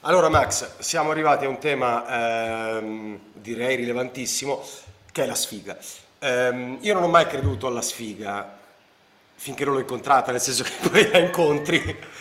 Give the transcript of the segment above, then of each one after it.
Allora Max, siamo arrivati a un tema direi rilevantissimo, che è la sfiga. Io non ho mai creduto alla sfiga finché non l'ho incontrata, nel senso che poi la incontri.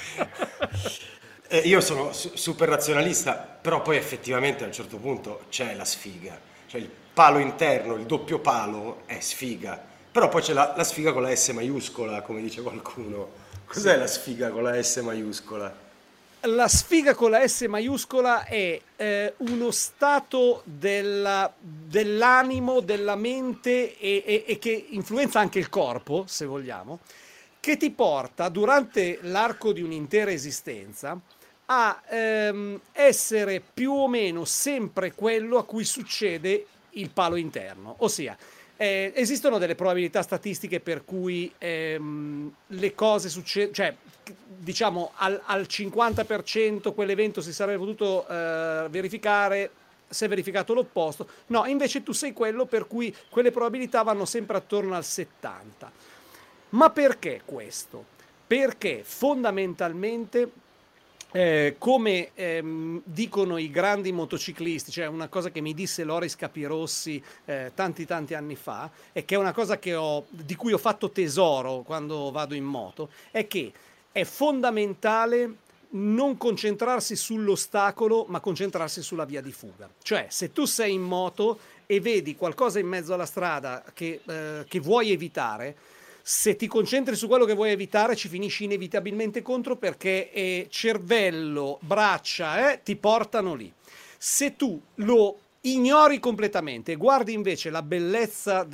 Io sono super razionalista, però poi effettivamente a un certo punto c'è la sfiga, cioè il palo interno, il doppio palo è sfiga, però poi c'è la sfiga con la S maiuscola, come dice qualcuno. Cos'è Sì. la sfiga con la S maiuscola? La sfiga con la S maiuscola è uno stato dell'animo, della mente e che influenza anche il corpo, se vogliamo, che ti porta durante l'arco di un'intera esistenza a essere più o meno sempre quello a cui succede il palo interno, ossia esistono delle probabilità statistiche per cui le cose succedono, cioè diciamo al 50% quell'evento si sarebbe potuto verificare, si è verificato l'opposto. No, invece tu sei quello per cui quelle probabilità vanno sempre attorno al 70. Ma perché questo? Perché fondamentalmente come dicono i grandi motociclisti, cioè una cosa che mi disse Loris Capirossi tanti anni fa, e che è una cosa di cui ho fatto tesoro quando vado in moto, è che è fondamentale non concentrarsi sull'ostacolo, ma concentrarsi sulla via di fuga. Cioè, se tu sei in moto e vedi qualcosa in mezzo alla strada che vuoi evitare, se ti concentri su quello che vuoi evitare, ci finisci inevitabilmente contro perché cervello, braccia, ti portano lì. Se tu lo ignori completamente e guardi invece la bellezza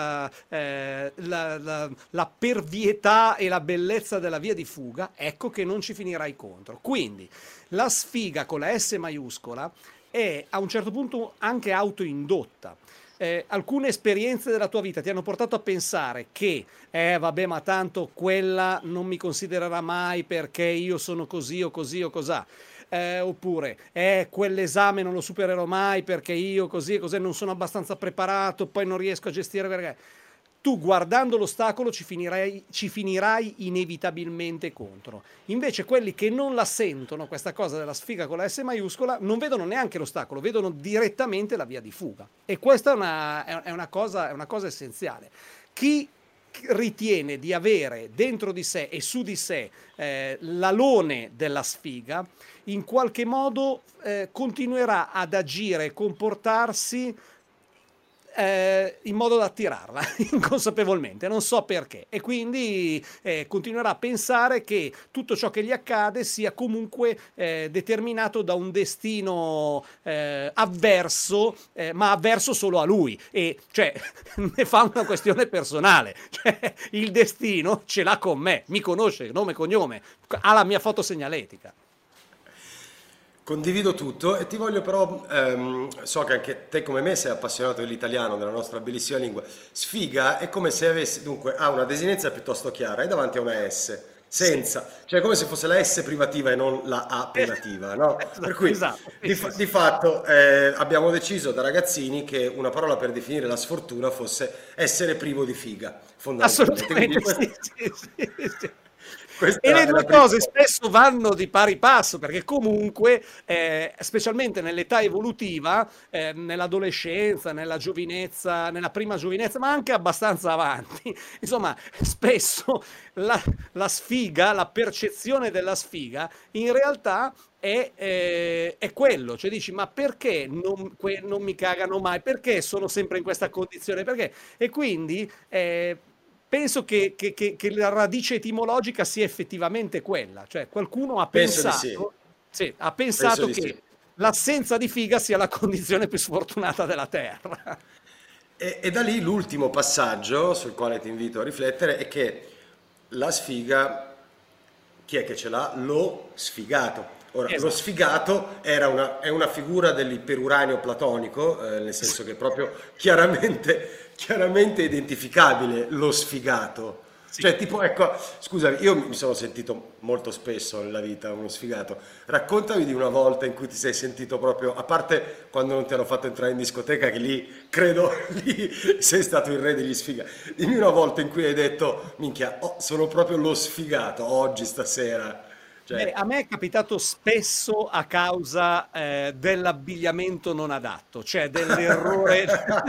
la pervietà e la bellezza della via di fuga, ecco che non ci finirai contro. Quindi la sfiga con la S maiuscola è a un certo punto anche autoindotta. Alcune esperienze della tua vita ti hanno portato a pensare che, vabbè, ma tanto quella non mi considererà mai perché io sono così o così o cos'ha. Oppure, quell'esame non lo supererò mai perché io così e così non sono abbastanza preparato, poi non riesco a gestire perché tu guardando l'ostacolo ci finirai inevitabilmente contro. Invece quelli che non la sentono, questa cosa della sfiga con la S maiuscola, non vedono neanche l'ostacolo, vedono direttamente la via di fuga. E questa è una cosa essenziale. Chi ritiene di avere dentro di sé e su di sé l'alone della sfiga, in qualche modo continuerà ad agire e comportarsi in modo da attirarla inconsapevolmente, non so perché, e quindi continuerà a pensare che tutto ciò che gli accade sia comunque determinato da un destino avverso, ma avverso solo a lui, e cioè ne fa una questione personale, cioè il destino ce l'ha con me, mi conosce nome e cognome, ha la mia foto segnaletica. Condivido tutto e ti voglio però, so che anche te come me sei appassionato dell'italiano, della nostra bellissima lingua. Sfiga è come se avessi, dunque, ha una desinenza piuttosto chiara e davanti a una S, Sì. senza, cioè come se fosse la S privativa e non la A privativa, no? Per cui Esatto, sì, di, sì, di sì. fatto abbiamo deciso da ragazzini che una parola per definire la sfortuna fosse essere privo di figa, fondamentalmente. Quindi Assolutamente questa, sì, sì, sì, sì. E questa le è la due prima cose cosa. spesso vanno di pari passo, perché comunque, specialmente nell'età evolutiva, nell'adolescenza, nella giovinezza, nella prima giovinezza, ma anche abbastanza avanti, insomma, spesso la sfiga, la percezione della sfiga, in realtà è quello, cioè dici, ma perché non mi cagano mai? Perché sono sempre in questa condizione? Perché? E quindi penso che la radice etimologica sia effettivamente quella, cioè qualcuno ha Penso di sì, pensato, sì, ha penso pensato di che sì. l'assenza di figa sia la condizione più sfortunata della Terra. E da lì l'ultimo passaggio sul quale ti invito a riflettere è che la sfiga, chi è che ce l'ha? Lo sfigato. Ora, lo Esatto. sfigato è una figura dell'iperuranio platonico, nel senso che è proprio chiaramente identificabile lo sfigato. Sì. Cioè, tipo, ecco, scusami, io mi sono sentito molto spesso nella vita uno sfigato. Raccontami di una volta in cui ti sei sentito proprio, a parte quando non ti hanno fatto entrare in discoteca, che lì credo lì sei stato il re degli sfigati. Dimmi una volta in cui hai detto, minchia, oh, sono proprio lo sfigato oggi, stasera. Beh, Cioè, a me è capitato spesso a causa dell'abbigliamento non adatto, cioè dell'errore,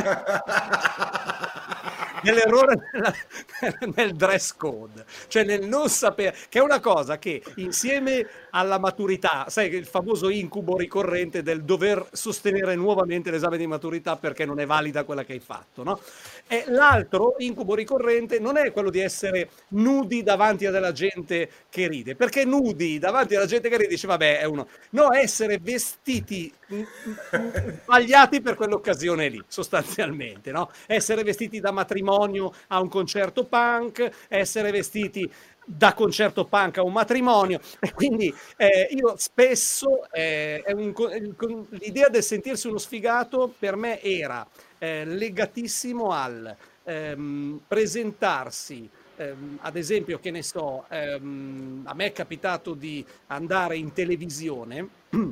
dell'errore nel dress code, cioè nel non sapere, che è una cosa che insieme alla maturità, sai, il famoso incubo ricorrente del dover sostenere nuovamente l'esame di maturità perché non è valida quella che hai fatto, no? E l'altro incubo ricorrente non è quello di essere nudi davanti a della gente che ride, perché nudi davanti alla gente che ride dice vabbè è uno, no, essere vestiti sbagliati per quell'occasione lì, sostanzialmente, no? Essere vestiti da matrimonio a un concerto punk, essere vestiti da concerto punk a un matrimonio, e quindi io spesso l'idea del sentirsi uno sfigato per me era legatissimo al presentarsi, ad esempio, che ne so, a me è capitato di andare in televisione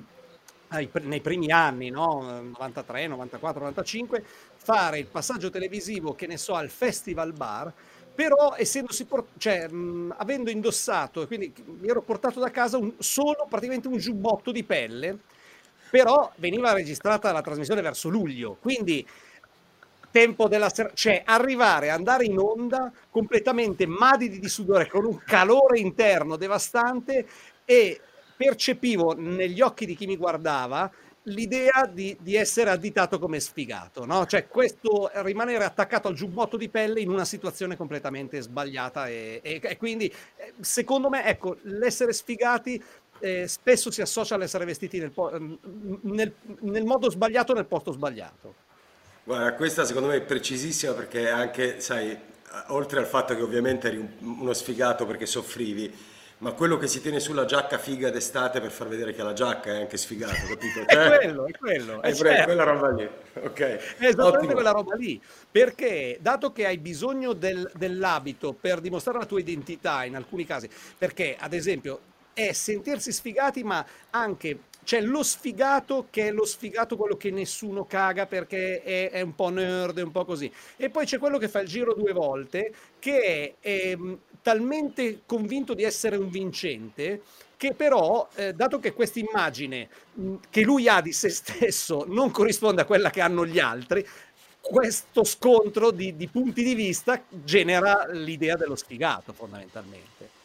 nei primi anni, no? 93, 94, 95, fare il passaggio televisivo, che ne so, al Festival Bar, però essendosi cioè, avendo indossato, e quindi mi ero portato da casa solo praticamente un giubbotto di pelle, però veniva registrata la trasmissione verso luglio, quindi tempo della sera, cioè arrivare, andare in onda completamente madidi di sudore, con un calore interno devastante, e percepivo negli occhi di chi mi guardava l'idea di essere additato come sfigato, no? Cioè questo rimanere attaccato al giubbotto di pelle in una situazione completamente sbagliata, e quindi secondo me, ecco, l'essere sfigati spesso si associa all'essere vestiti nel modo sbagliato nel posto sbagliato. guarda, questa secondo me è precisissima perché anche, sai, oltre al fatto che ovviamente eri uno sfigato perché soffrivi, ma quello che si tiene sulla giacca figa d'estate per far vedere che ha la giacca è anche sfigato, capito? È quello, è Quella certo. roba lì. È Ok, esattamente ottimo. quella roba lì, perché dato che hai bisogno dell'abito per dimostrare la tua identità in alcuni casi, perché ad esempio è sentirsi sfigati, ma anche c'è lo sfigato che è lo sfigato, quello che nessuno caga perché è un po' nerd, è un po' così, e poi c'è quello che fa il giro due volte, che è talmente convinto di essere un vincente, che però, dato che questa immagine che lui ha di se stesso non corrisponde a quella che hanno gli altri, questo scontro di punti di vista genera l'idea dello sfigato, fondamentalmente.